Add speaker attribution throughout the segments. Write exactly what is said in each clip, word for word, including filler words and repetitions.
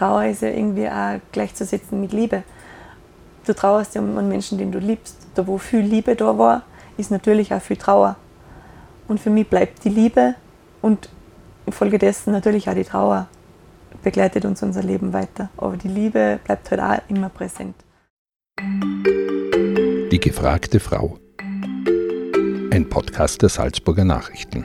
Speaker 1: Trauer ist ja irgendwie auch gleichzusetzen mit Liebe. Du trauerst ja um einen Menschen, den du liebst. Da, wo viel Liebe da war, ist natürlich auch viel Trauer. Und für mich bleibt die Liebe und infolgedessen natürlich auch die Trauer begleitet uns unser Leben weiter. Aber die Liebe bleibt halt auch immer präsent.
Speaker 2: Die gefragte Frau. Ein Podcast der Salzburger Nachrichten.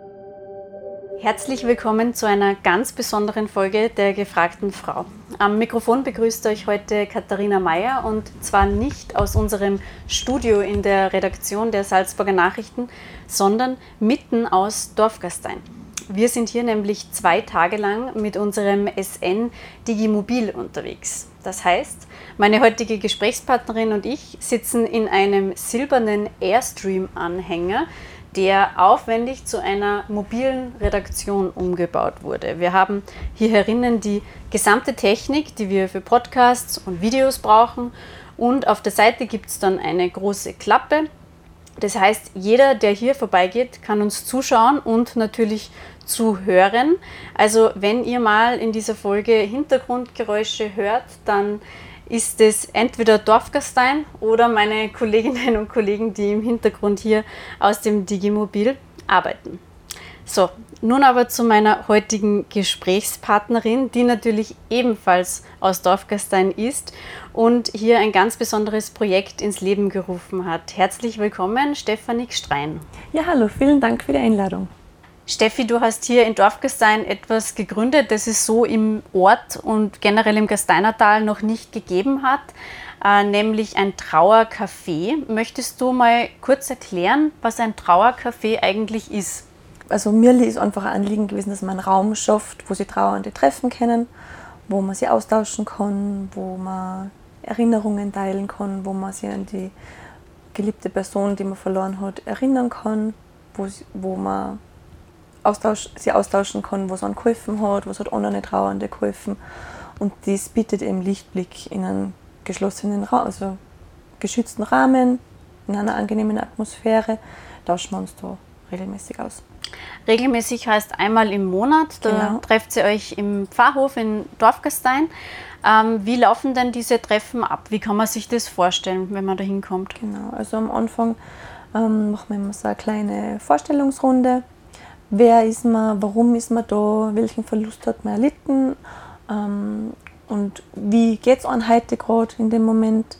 Speaker 3: Herzlich willkommen zu einer ganz besonderen Folge der gefragten Frau. Am Mikrofon begrüßt euch heute Katharina Meyer und zwar nicht aus unserem Studio in der Redaktion der Salzburger Nachrichten, sondern mitten aus Dorfgastein. Wir sind hier nämlich zwei Tage lang mit unserem S N Digimobil unterwegs. Das heißt, meine heutige Gesprächspartnerin und ich sitzen in einem silbernen Airstream-Anhänger, der aufwendig zu einer mobilen Redaktion umgebaut wurde. Wir haben hier herinnen die gesamte Technik, die wir für Podcasts und Videos brauchen, und auf der Seite gibt es dann eine große Klappe. Das heißt, jeder, der hier vorbeigeht, kann uns zuschauen und natürlich zuhören. Also wenn ihr mal in dieser Folge Hintergrundgeräusche hört, dann ist es entweder Dorfgastein oder meine Kolleginnen und Kollegen, die im Hintergrund hier aus dem Digimobil arbeiten. So, nun aber zu meiner heutigen Gesprächspartnerin, die natürlich ebenfalls aus Dorfgastein ist und hier ein ganz besonderes Projekt ins Leben gerufen hat. Herzlich willkommen, Stefanie Gstrein.
Speaker 1: Ja, hallo, vielen Dank für die Einladung.
Speaker 3: Steffi, du hast hier in Dorfgastein etwas gegründet, das es so im Ort und generell im Gasteinertal noch nicht gegeben hat, äh, nämlich ein Trauercafé. Möchtest du mal kurz erklären, was ein Trauercafé eigentlich ist?
Speaker 1: Also mir ist einfach ein Anliegen gewesen, dass man einen Raum schafft, wo sich Trauernde treffen können, wo man sich austauschen kann, wo man Erinnerungen teilen kann, wo man sich an die geliebte Person, die man verloren hat, erinnern kann, wo, wo man Austausch, sie austauschen kann, was einem geholfen hat, was hat andere Trauernde geholfen. Und das bietet eben Lichtblick in einem geschlossenen Raum, also geschützten Rahmen, in einer angenehmen Atmosphäre. Tauschen wir uns da regelmäßig aus.
Speaker 3: Regelmäßig heißt einmal im Monat, da genau. Trefft ihr euch im Pfarrhof in Dorfgastein. Ähm, wie laufen denn diese Treffen ab? Wie kann man sich das vorstellen, wenn man da hinkommt?
Speaker 1: Genau, also am Anfang ähm, machen wir immer so eine kleine Vorstellungsrunde. Wer ist man, warum ist man da, welchen Verlust hat man erlitten ähm, und wie geht es einem heute gerade in dem Moment.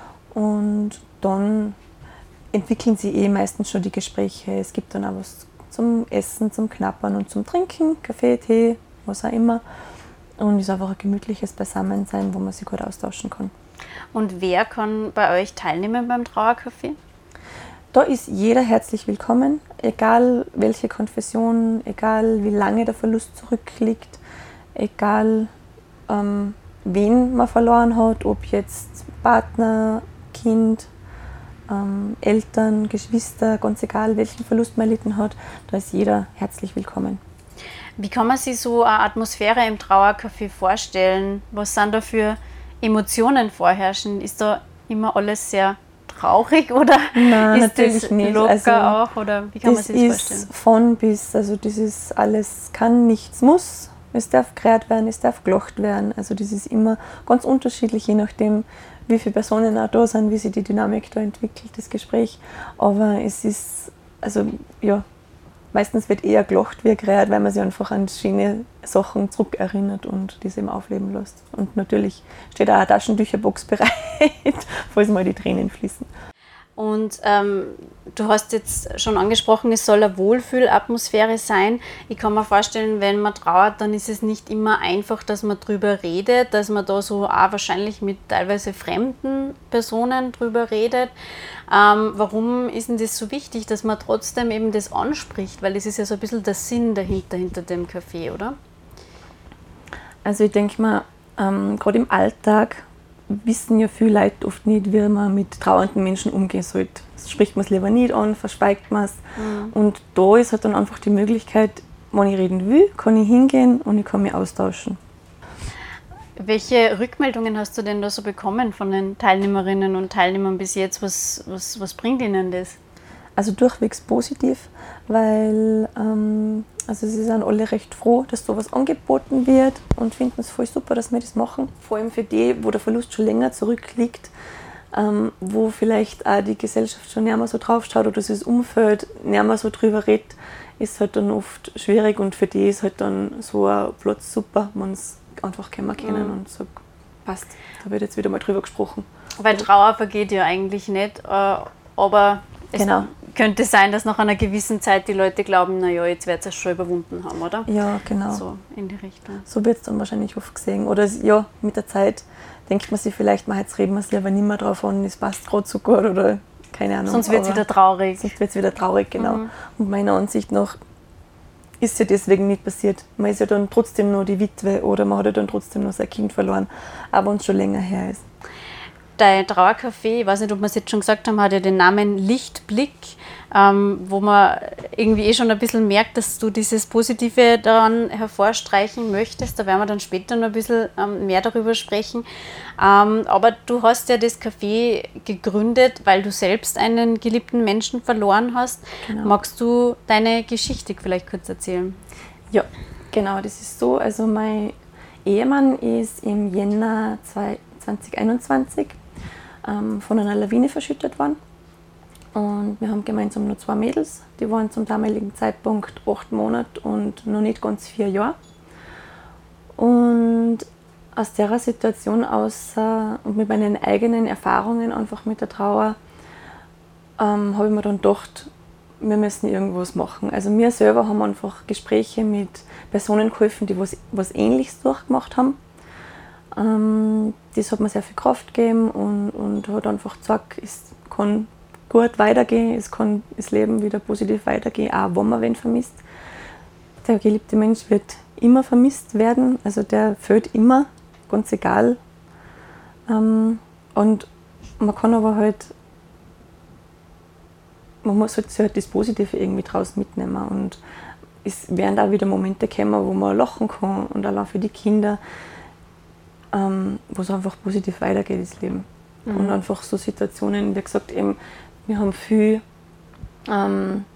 Speaker 1: Und dann entwickeln sich eh meistens schon die Gespräche. Es gibt dann auch was zum Essen, zum Knappern und zum Trinken, Kaffee, Tee, was auch immer. Und es ist einfach ein gemütliches Beisammensein, wo man sich gut austauschen kann.
Speaker 3: Und wer kann bei euch teilnehmen beim Trauercafé?
Speaker 1: Da ist jeder herzlich willkommen, egal welche Konfession, egal wie lange der Verlust zurückliegt, egal ähm, wen man verloren hat, ob jetzt Partner, Kind, ähm, Eltern, Geschwister, ganz egal welchen Verlust man erlitten hat, da ist jeder herzlich willkommen.
Speaker 3: Wie kann man sich so eine Atmosphäre im Trauercafé vorstellen? Was sind da für Emotionen vorherrschen? Ist da immer alles sehr traurig oder
Speaker 1: Nein,
Speaker 3: ist
Speaker 1: natürlich
Speaker 3: das
Speaker 1: nicht.
Speaker 3: locker
Speaker 1: also,
Speaker 3: auch? Oder wie kann man sich das vorstellen?
Speaker 1: Das ist von bis, also das ist alles, kann, nichts muss. Es darf gerät werden, es darf gelacht werden. Also das ist immer ganz unterschiedlich, je nachdem, wie viele Personen auch da sind, wie sich die Dynamik da entwickelt, das Gespräch. Aber es ist, also ja, meistens wird eher gelacht wie gerät, weil man sich einfach an schöne Sachen zurückerinnert und das eben aufleben lässt. Und natürlich steht auch eine Taschentücherbox bereit, falls mal die Tränen fließen.
Speaker 3: Und ähm, du hast jetzt schon angesprochen, es soll eine Wohlfühlatmosphäre sein. Ich kann mir vorstellen, wenn man trauert, dann ist es nicht immer einfach, dass man drüber redet, dass man da so auch wahrscheinlich mit teilweise fremden Personen drüber redet. Ähm, warum ist denn das so wichtig, dass man trotzdem eben das anspricht? Weil das ist ja so ein bisschen der Sinn dahinter, hinter dem Café, oder?
Speaker 1: Also ich denke mal, ähm, gerade im Alltag wissen ja viele Leute oft nicht, wie man mit trauernden Menschen umgehen sollte. Spricht man es lieber nicht an, verschweigt man es. Mhm. Und da ist halt dann einfach die Möglichkeit, wenn ich reden will, kann ich hingehen und ich kann mich austauschen.
Speaker 3: Welche Rückmeldungen hast du denn da so bekommen von den Teilnehmerinnen und Teilnehmern bis jetzt? Was, was, was bringt ihnen das?
Speaker 1: Also durchwegs positiv, weil ähm, also sie sind alle recht froh, dass sowas angeboten wird und finden es voll super, dass wir das machen. Vor allem für die, wo der Verlust schon länger zurückliegt, ähm, wo vielleicht auch die Gesellschaft schon nicht mehr so drauf schaut oder das Umfeld nicht mehr so drüber redet, ist halt dann oft schwierig und für die ist halt dann so ein Platz super, man es einfach kennen können mhm. und sagt, passt, da wird jetzt wieder mal drüber gesprochen.
Speaker 3: Weil Trauer vergeht ja eigentlich nicht, aber es
Speaker 1: genau.
Speaker 3: könnte sein, dass nach einer gewissen Zeit die Leute glauben, naja, jetzt wird es schon überwunden haben, oder?
Speaker 1: Ja, genau.
Speaker 3: So in die Richtung.
Speaker 1: So wird es dann wahrscheinlich oft gesehen. Oder ja, mit der Zeit denkt man sich vielleicht, mal, jetzt reden wir sich aber nicht mehr drauf an, es passt gerade so gut oder keine Ahnung.
Speaker 3: Sonst wird es wieder traurig.
Speaker 1: Sonst wird es wieder traurig, genau.
Speaker 3: Mhm.
Speaker 1: Und meiner Ansicht nach ist ja deswegen nicht passiert. Man ist ja dann trotzdem noch die Witwe oder man hat ja dann trotzdem noch sein Kind verloren, auch wenn es schon länger her ist.
Speaker 3: Dein Trauercafé, ich weiß nicht, ob wir es jetzt schon gesagt haben, hat ja den Namen Lichtblick, ähm, wo man irgendwie eh schon ein bisschen merkt, dass du dieses Positive daran hervorstreichen möchtest. Da werden wir dann später noch ein bisschen ähm, mehr darüber sprechen. Ähm, aber du hast ja das Café gegründet, weil du selbst einen geliebten Menschen verloren hast. Genau. Magst du deine Geschichte vielleicht kurz erzählen?
Speaker 1: Ja, genau, das ist so. Also mein Ehemann ist im Jänner zwanzig einundzwanzig ähm, von einer Lawine verschüttet worden. Und wir haben gemeinsam nur zwei Mädels, die waren zum damaligen Zeitpunkt acht Monate und noch nicht ganz vier Jahre. Und aus der Situation aus äh, und mit meinen eigenen Erfahrungen einfach mit der Trauer ähm, habe ich mir dann gedacht, wir müssen irgendwas machen. Also wir selber haben einfach Gespräche mit Personen geholfen, die was, was Ähnliches durchgemacht haben. Ähm, das hat mir sehr viel Kraft gegeben und, und hat einfach gesagt, es kann gut weitergehen, es kann das Leben wieder positiv weitergehen, auch wenn man wen vermisst. Der geliebte Mensch wird immer vermisst werden, also der fehlt immer, ganz egal. Ähm, und man kann aber halt, man muss halt, halt das Positive irgendwie draus mitnehmen und es werden da wieder Momente kommen, wo man lachen kann und allein für die Kinder, ähm, wo es einfach positiv weitergeht, das Leben. Mhm. Und einfach so Situationen, wie gesagt, eben, wir haben viel, ähm,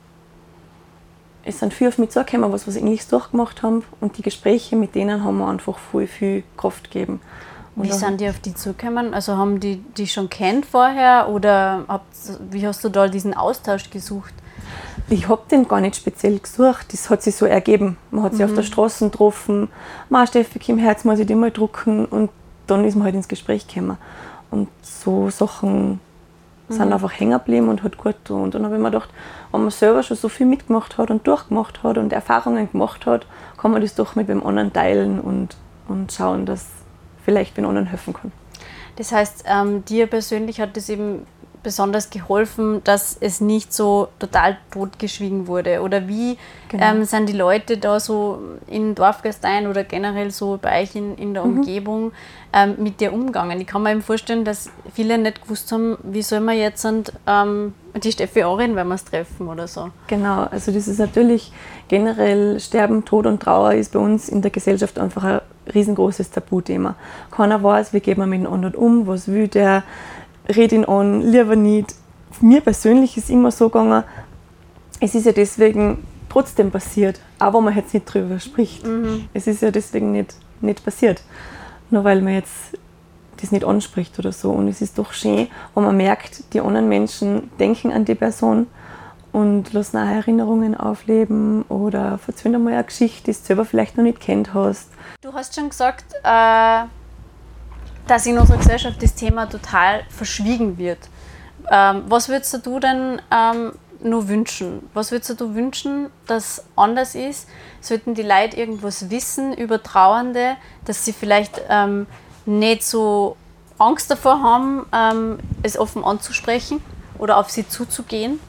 Speaker 1: es sind viel auf mich zugekommen, was wir Ähnliches durchgemacht haben und die Gespräche mit denen haben mir einfach viel, viel Kraft gegeben. Und
Speaker 3: wie sind die auf die zugekommen? Also haben die die schon kennt vorher oder habt, wie hast du da diesen Austausch gesucht?
Speaker 1: Ich habe den gar nicht speziell gesucht, das hat sich so ergeben. Man hat sich mhm. auf der Straße getroffen, «Ma Steffi, im Herz muss ich dich mal drucken» und dann ist man halt ins Gespräch gekommen. Und so Sachen mhm. sind einfach hängen geblieben und hat gut getan. Und dann habe ich mir gedacht, wenn man selber schon so viel mitgemacht hat und durchgemacht hat und Erfahrungen gemacht hat, kann man das doch mit dem anderen teilen und, und schauen, dass vielleicht den anderen helfen kann.
Speaker 3: Das heißt, ähm, dir persönlich hat es eben besonders geholfen, dass es nicht so total totgeschwiegen wurde? Oder wie genau. ähm, sind die Leute da so in Dorfgasteien oder generell so bei euch in, in der mhm. Umgebung ähm, mit dir umgegangen? Ich kann mir eben vorstellen, dass viele nicht gewusst haben, wie soll man jetzt und, ähm, die Steffi anreden, wenn wir es treffen oder so.
Speaker 1: Genau, also das ist natürlich generell Sterben, Tod und Trauer ist bei uns in der Gesellschaft einfach ein riesengroßes Tabuthema. Keiner weiß, wie geht man mit dem anderen um, was will der, red ihn an, lieber nicht. Mir persönlich ist immer so gegangen, es ist ja deswegen trotzdem passiert, auch wenn man jetzt nicht drüber spricht. Mhm. Es ist ja deswegen nicht, nicht passiert, nur weil man jetzt das nicht anspricht oder so. Und es ist doch schön, wenn man merkt, die anderen Menschen denken an die Person und lassen auch Erinnerungen aufleben oder erzählen einmal eine Geschichte, die du selber vielleicht noch nicht kennt hast.
Speaker 3: Du hast schon gesagt, äh dass in unserer Gesellschaft das Thema total verschwiegen wird. Ähm, was würdest du denn ähm, nur wünschen? Was würdest du wünschen, dass anders ist? Sollten die Leute irgendwas wissen über Trauernde, dass sie vielleicht ähm, nicht so Angst davor haben, ähm, es offen anzusprechen oder auf sie zuzugehen?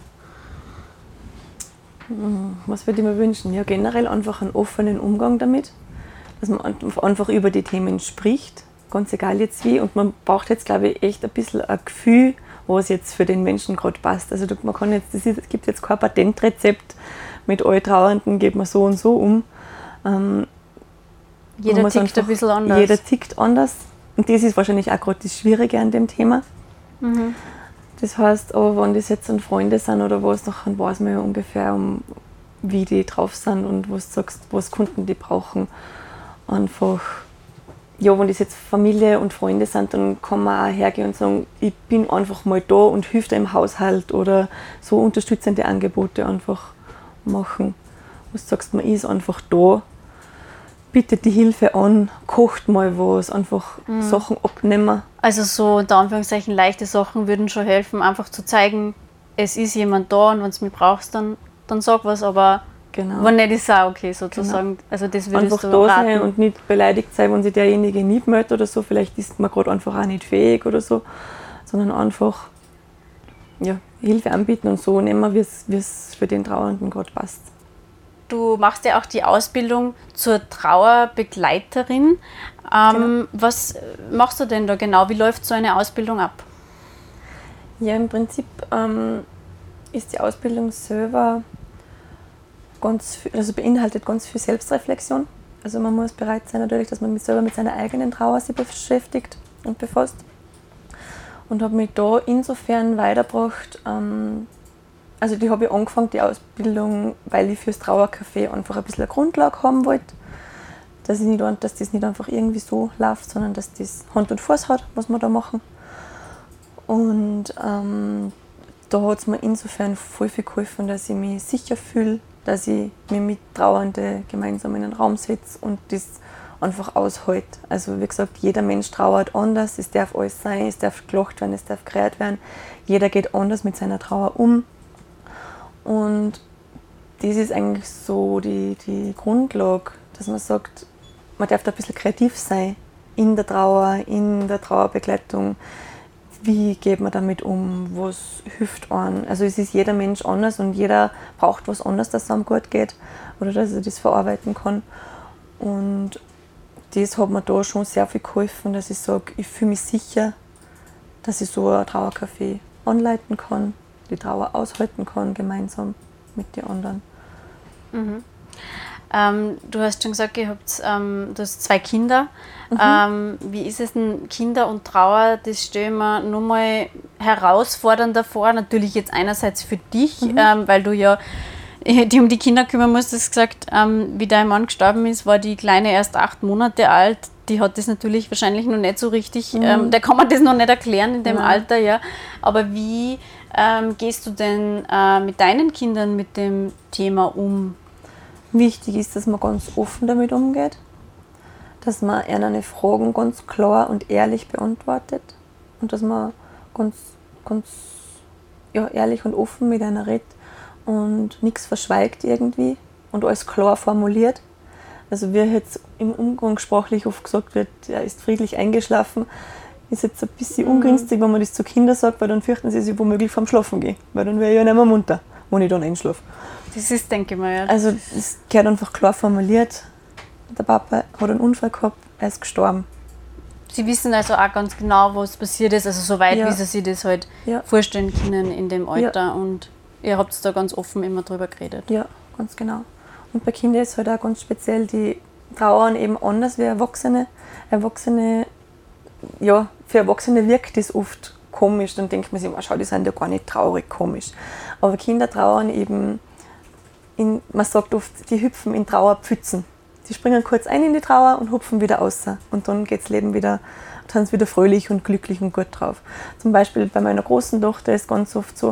Speaker 1: Was würde ich mir wünschen? Ja, generell einfach einen offenen Umgang damit, dass man einfach über die Themen spricht. Ganz egal jetzt wie. Und man braucht jetzt, glaube ich, echt ein bisschen ein Gefühl, was jetzt für den Menschen gerade passt. Also man kann jetzt, es gibt jetzt kein Patentrezept, mit allen Trauernden geht man so und so um. Ähm,
Speaker 3: jeder tickt einfach, ein bisschen anders.
Speaker 1: Jeder tickt anders. Und das ist wahrscheinlich auch gerade das Schwierige an dem Thema. Mhm. Das heißt, aber wenn das jetzt an Freunde sind oder was, dann weiß man ja ungefähr, um, wie die drauf sind und was du sagst, was Kunden die brauchen. Einfach, ja, wenn das jetzt Familie und Freunde sind, dann kann man auch hergehen und sagen, ich bin einfach mal da und hilf dir im Haushalt oder so unterstützende Angebote einfach machen. Was du sagst, man ist einfach da, bietet die Hilfe an, kocht mal was, einfach mhm. Sachen abnehmen.
Speaker 3: Also so unter Anführungszeichen leichte Sachen würden schon helfen, einfach zu zeigen, es ist jemand da und wenn du mich brauchst, dann, dann sag was, aber genau. Wenn nicht, ist es auch okay sozusagen. Genau. Also das würdest
Speaker 1: einfach
Speaker 3: du
Speaker 1: da
Speaker 3: raten.
Speaker 1: Sein und nicht beleidigt sein, wenn sich derjenige nicht meldet oder so, vielleicht ist man gerade einfach auch nicht fähig oder so, sondern einfach ja, Hilfe anbieten und so nehmen, wie es für den Trauernden gerade passt.
Speaker 3: Du machst ja auch die Ausbildung zur Trauerbegleiterin. Ähm, genau. Was machst du denn da genau? Wie läuft so eine Ausbildung ab?
Speaker 1: Ja, im Prinzip ähm, ist die Ausbildung selber ganz viel, also beinhaltet ganz viel Selbstreflexion. Also man muss bereit sein natürlich, dass man mit selber mit seiner eigenen Trauer sich beschäftigt und befasst. Und habe mich da insofern weitergebracht. Ähm, also die habe ich angefangen, die Ausbildung, weil ich fürs Trauercafé einfach ein bisschen eine Grundlage haben wollte. Dass, ich nicht, dass das nicht einfach irgendwie so läuft, sondern dass das Hand und Fuß hat, was wir da machen. Und ähm, da hat es mir insofern voll viel geholfen, dass ich mich sicher fühle, dass ich mich mit Trauernden gemeinsam in einen Raum setze und das einfach aushalte. Also wie gesagt, jeder Mensch trauert anders, es darf alles sein, es darf gelacht werden, es darf gerät werden. Jeder geht anders mit seiner Trauer um. Und das ist eigentlich so die, die Grundlage, dass man sagt, man darf da ein bisschen kreativ sein in der Trauer, in der Trauerbegleitung. Wie geht man damit um? Was hilft einem? Also es ist jeder Mensch anders und jeder braucht was anderes, dass es einem gut geht oder dass er das verarbeiten kann. Und das hat mir da schon sehr viel geholfen, dass ich sage, ich fühle mich sicher, dass ich so ein Trauercafé anleiten kann, die Trauer aushalten kann, gemeinsam mit den anderen.
Speaker 3: Mhm. Ähm, du hast schon gesagt, ihr habt, ähm, du hast zwei Kinder. Mhm. Ähm, wie ist es denn, Kinder und Trauer, das stelle ich mir nochmal herausfordernder vor. Natürlich jetzt einerseits für dich, mhm. ähm, weil du ja die um die Kinder kümmern musst. Du hast gesagt, ähm, wie dein Mann gestorben ist, war die Kleine erst acht Monate alt. Die hat das natürlich wahrscheinlich noch nicht so richtig, mhm. ähm, der kann man das noch nicht erklären in dem ja. Alter. Ja. Aber wie ähm, gehst du denn äh, mit deinen Kindern mit dem Thema um?
Speaker 1: Wichtig ist, dass man ganz offen damit umgeht, dass man ihnen Fragen ganz klar und ehrlich beantwortet und dass man ganz, ganz ja, ehrlich und offen mit einer redet und nichts verschweigt irgendwie und alles klar formuliert. Also wie jetzt im Umgangssprachlich oft gesagt wird, er ist friedlich eingeschlafen, ist jetzt ein bisschen mhm. ungünstig, wenn man das zu Kindern sagt, weil dann fürchten sie sich womöglich vorm Schlafen gehen, weil dann wäre ich ja nicht mehr munter, wenn ich dann einschlafe.
Speaker 3: Das ist, denke ich mal, ja.
Speaker 1: Also das gehört einfach klar formuliert. Der Papa hat einen Unfall gehabt, er ist gestorben.
Speaker 3: Sie wissen also auch ganz genau, was passiert ist, also soweit,
Speaker 1: ja.
Speaker 3: wie Sie sich das halt
Speaker 1: ja.
Speaker 3: vorstellen können in dem Alter.
Speaker 1: Ja.
Speaker 3: Und ihr habt da ganz offen immer drüber geredet.
Speaker 1: Ja, ganz genau. Und bei Kindern ist halt auch ganz speziell, die trauern eben anders wie Erwachsene. Erwachsene, ja, für Erwachsene wirkt das oft komisch. Dann denkt man sich, schau, die sind ja gar nicht traurig, komisch. Aber Kinder trauern eben, in, man sagt oft, die hüpfen in Trauerpfützen. Die springen kurz ein in die Trauer und hupfen wieder raus. Und dann geht das Leben wieder, dann sind sie wieder fröhlich und glücklich und gut drauf. Zum Beispiel bei meiner großen Tochter ist ganz oft so,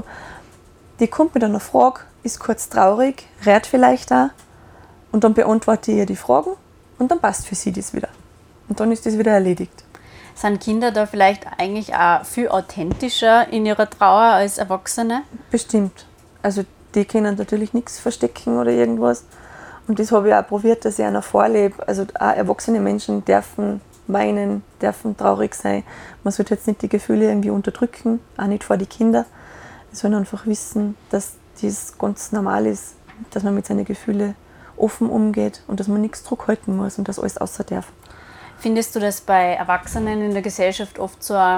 Speaker 1: die kommt mit einer Frage, ist kurz traurig, rät vielleicht auch und dann beantworte ich ihr die Fragen und dann passt für sie das wieder. Und dann ist das wieder erledigt.
Speaker 3: Sind Kinder da vielleicht eigentlich auch viel authentischer in ihrer Trauer als Erwachsene?
Speaker 1: Bestimmt. Also die können natürlich nichts verstecken oder irgendwas. Und das habe ich auch probiert, dass ich einer vorlebe. Also auch erwachsene Menschen dürfen weinen, dürfen traurig sein. Man sollte jetzt nicht die Gefühle irgendwie unterdrücken, auch nicht vor die Kinder. Sie sollen einfach wissen, dass das ganz normal ist, dass man mit seinen Gefühlen offen umgeht und dass man nichts zurückhalten muss und dass alles außer darf.
Speaker 3: Findest du, dass bei Erwachsenen in der Gesellschaft oft so ein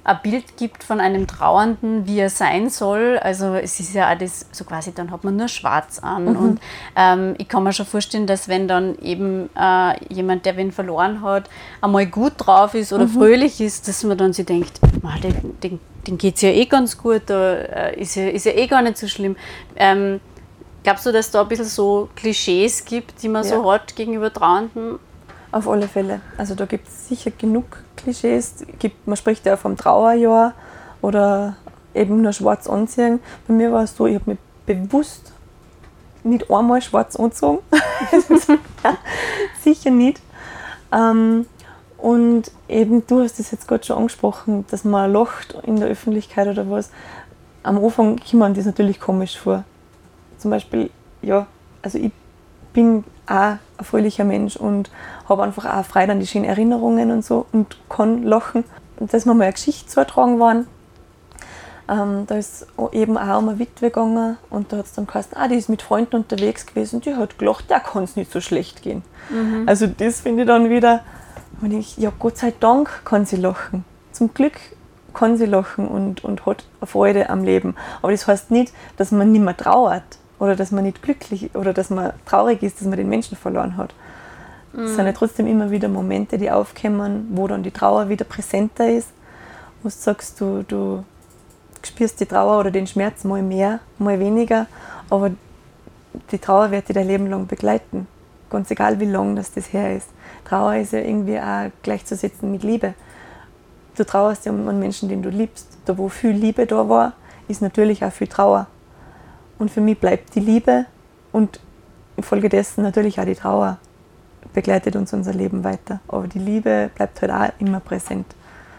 Speaker 3: ein Bild gibt von einem Trauernden, wie er sein soll. Also es ist ja auch das, so quasi, dann hat man nur schwarz an. Mhm. Und ähm, ich kann mir schon vorstellen, dass wenn dann eben äh, jemand, der wen verloren hat, einmal gut drauf ist oder mhm. fröhlich ist, dass man dann sich denkt, den, den, den geht es ja eh ganz gut, da äh, ist, ja, ist ja eh gar nicht so schlimm. Ähm, glaubst du, dass es da ein bisschen so Klischees gibt, die man ja. so hat gegenüber Trauernden?
Speaker 1: Auf alle Fälle. Also da gibt es sicher genug Klischees. Gibt, man spricht ja vom Trauerjahr oder eben nur schwarz anziehen. Bei mir war es so, ich habe mich bewusst nicht einmal schwarz angezogen. ja, sicher nicht. Ähm, und eben, du hast das jetzt gerade schon angesprochen, dass man lacht in der Öffentlichkeit oder was. Am Anfang kommt man das natürlich komisch vor. Zum Beispiel, ja, also ich bin auch ein fröhlicher Mensch und habe einfach auch Freude an die schönen Erinnerungen und so und kann lachen. Und da ist mir mal eine Geschichte zugetragen worden. Ähm, da ist eben auch um eine Witwe gegangen und da hat es dann geheißen, ah, die ist mit Freunden unterwegs gewesen und die hat gelacht, der kann es nicht so schlecht gehen. Mhm. Also das finde ich dann wieder, wenn ich, ja, Gott sei Dank kann sie lachen. Zum Glück kann sie lachen und, und hat eine Freude am Leben. Aber das heißt nicht, dass man nicht mehr trauert. Oder dass man nicht glücklich oder dass man traurig ist, dass man den Menschen verloren hat. Mhm. Es sind ja trotzdem immer wieder Momente, die aufkommen, wo dann die Trauer wieder präsenter ist. Wo du sagst, du, du spürst die Trauer oder den Schmerz mal mehr, mal weniger, aber die Trauer wird dich dein Leben lang begleiten. Ganz egal, wie lang das, das her ist. Trauer ist ja irgendwie auch gleichzusetzen mit Liebe. Du trauerst ja um einen Menschen, den du liebst. Da, wo viel Liebe da war, ist natürlich auch viel Trauer. Und für mich bleibt die Liebe und infolgedessen natürlich auch die Trauer begleitet uns unser Leben weiter. Aber die Liebe bleibt halt auch immer präsent.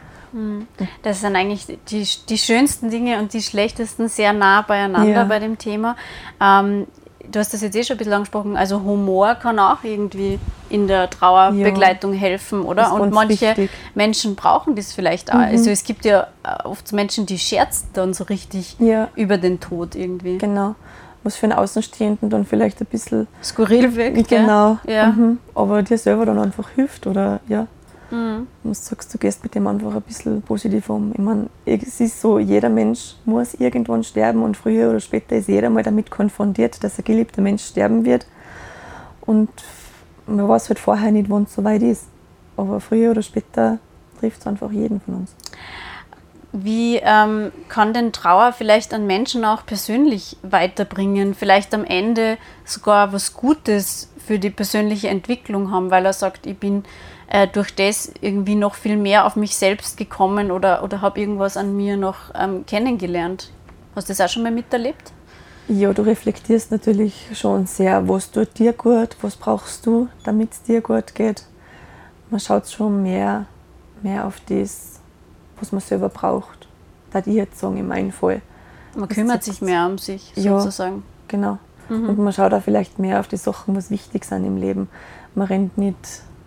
Speaker 3: Das sind eigentlich die, die schönsten Dinge und die schlechtesten sehr nah beieinander ja. bei dem Thema. Ähm, du hast das jetzt eh schon ein bisschen angesprochen, also Humor kann auch irgendwie in der Trauerbegleitung ja. helfen, oder? Und manche wichtig. Menschen brauchen das vielleicht auch. Mhm. Also es gibt ja oft Menschen, die scherzen dann so richtig ja. über den Tod irgendwie.
Speaker 1: Genau. Was für einen Außenstehenden dann vielleicht ein bisschen
Speaker 3: skurril wirkt.
Speaker 1: Genau.
Speaker 3: Ja.
Speaker 1: Mhm. Aber dir selber dann einfach hilft, oder ja. Mhm. Und du sagst, du gehst mit dem einfach ein bisschen positiv um. Ich meine, es ist so, jeder Mensch muss irgendwann sterben und früher oder später ist jeder mal damit konfrontiert, dass ein geliebter Mensch sterben wird. Und man weiß halt vorher nicht, wann es so weit ist. Aber früher oder später trifft es einfach jeden von uns.
Speaker 3: Wie ähm, kann denn Trauer vielleicht einen Menschen auch persönlich weiterbringen? Vielleicht am Ende sogar was Gutes für die persönliche Entwicklung haben, weil er sagt, ich bin äh, durch das irgendwie noch viel mehr auf mich selbst gekommen oder, oder habe irgendwas an mir noch ähm, kennengelernt. Hast du das auch schon mal miterlebt?
Speaker 1: Ja, du reflektierst natürlich schon sehr, was tut dir gut, was brauchst du, damit es dir gut geht. Man schaut schon mehr, mehr auf das, was man selber braucht. Das ich jetzt sagen, in meinem Fall.
Speaker 3: Man kümmert sich mehr um sich, sozusagen.
Speaker 1: Ja, genau. Mhm. Und man schaut auch vielleicht mehr auf die Sachen, was wichtig sind im Leben. Man rennt nicht,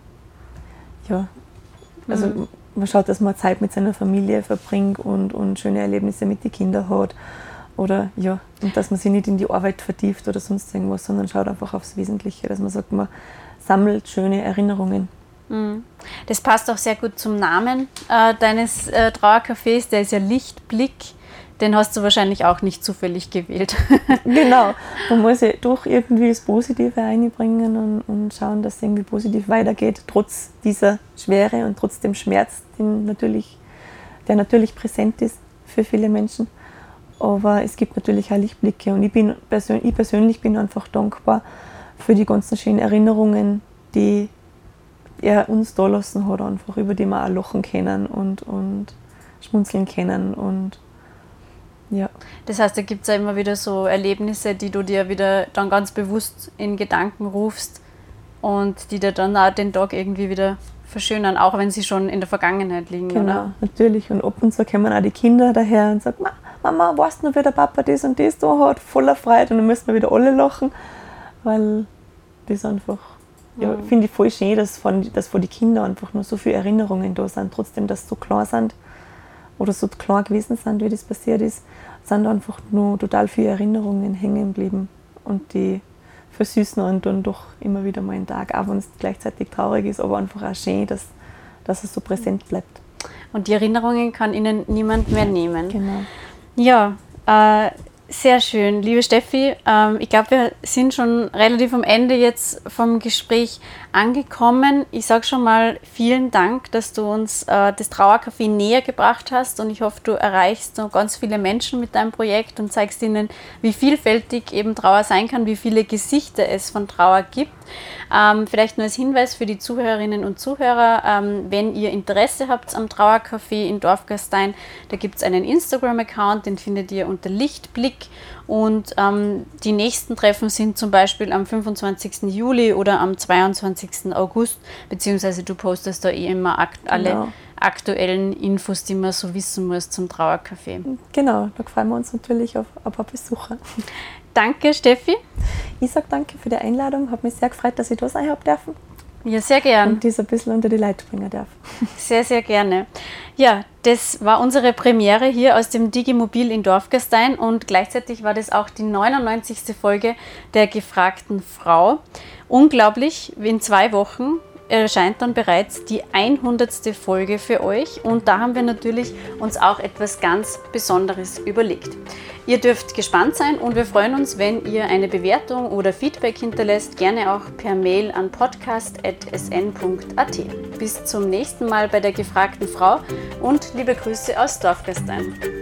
Speaker 1: ja, also mhm. man schaut, dass man Zeit mit seiner Familie verbringt und, und schöne Erlebnisse mit den Kindern hat. Oder ja, und dass man sich nicht in die Arbeit vertieft oder sonst irgendwas, sondern schaut einfach aufs Wesentliche, dass man sagt, man sammelt schöne Erinnerungen.
Speaker 3: Das passt auch sehr gut zum Namen äh, deines äh, Trauercafés, der ist ja Lichtblick. Den hast du wahrscheinlich auch nicht zufällig gewählt.
Speaker 1: Genau, man muss ja doch irgendwie das Positive einbringen und, und schauen, dass es irgendwie positiv weitergeht, trotz dieser Schwere und trotz dem Schmerz, den natürlich, der natürlich präsent ist für viele Menschen. Aber es gibt natürlich auch Lichtblicke und ich, bin persönlich, ich persönlich bin einfach dankbar für die ganzen schönen Erinnerungen, die er uns da lassen hat, einfach, über die wir auch lachen können und, und schmunzeln können. Und, ja.
Speaker 3: Das heißt, da gibt es ja immer wieder so Erlebnisse, die du dir wieder dann ganz bewusst in Gedanken rufst und die dir dann auch den Tag irgendwie wieder verschönern, auch wenn sie schon in der Vergangenheit liegen.
Speaker 1: Genau,
Speaker 3: oder?
Speaker 1: Natürlich. Und ab und zu kommen auch die Kinder daher und sagen, Mama, weißt du noch, wie der Papa das und das da hat? Voller Freude. Und dann müssen wir wieder alle lachen, weil das einfach, ja, mhm. finde ich voll schön, dass von, dass von den Kindern einfach nur so viele Erinnerungen da sind. Trotzdem, dass sie so klar sind oder so klar gewesen sind, wie das passiert ist, sind einfach nur total viele Erinnerungen hängen geblieben. Und die versüßen und dann doch immer wieder mal einen Tag, auch wenn es gleichzeitig traurig ist, aber einfach auch schön, dass, dass es so präsent bleibt.
Speaker 3: und die Erinnerungen kann ihnen niemand mehr nehmen.
Speaker 1: Genau.
Speaker 3: Ja, äh, sehr schön. Liebe Steffi, ähm, ich glaube, wir sind schon relativ am Ende jetzt vom Gespräch angekommen. Ich sage schon mal vielen Dank, dass du uns äh, das Trauercafé näher gebracht hast und ich hoffe, du erreichst noch ganz viele Menschen mit deinem Projekt und zeigst ihnen, wie vielfältig eben Trauer sein kann, wie viele Gesichter es von Trauer gibt. Ähm, vielleicht nur als Hinweis für die Zuhörerinnen und Zuhörer, ähm, wenn ihr Interesse habt am Trauercafé in Dorfgastein, da gibt es einen Instagram-Account, den findet ihr unter Lichtblick und ähm, die nächsten Treffen sind zum Beispiel am fünfundzwanzigsten Juli oder am zweiundzwanzigsten August, beziehungsweise du postest da eh immer akt- alle
Speaker 1: Genau.
Speaker 3: aktuellen Infos, die man so wissen muss zum Trauercafé.
Speaker 1: Genau, da freuen wir uns natürlich auf ein paar Besucher.
Speaker 3: Danke, Steffi.
Speaker 1: Ich sage danke für die Einladung, habe mich sehr gefreut, dass ich da sein habe dürfen
Speaker 3: Ja, sehr gern.
Speaker 1: und das ein bisschen unter die Leute bringen darf.
Speaker 3: Sehr, sehr gerne. Ja, das war unsere Premiere hier aus dem Digimobil in Dorfgastein und gleichzeitig war das auch die neunundneunzigste Folge der gefragten Frau. Unglaublich, in zwei Wochen erscheint dann bereits die hundertste Folge für euch und da haben wir natürlich uns auch etwas ganz Besonderes überlegt. Ihr dürft gespannt sein und wir freuen uns, wenn ihr eine Bewertung oder Feedback hinterlässt, gerne auch per Mail an podcast punkt s n punkt a t. Bis zum nächsten Mal bei der gefragten Frau und liebe Grüße aus Dorfgastein.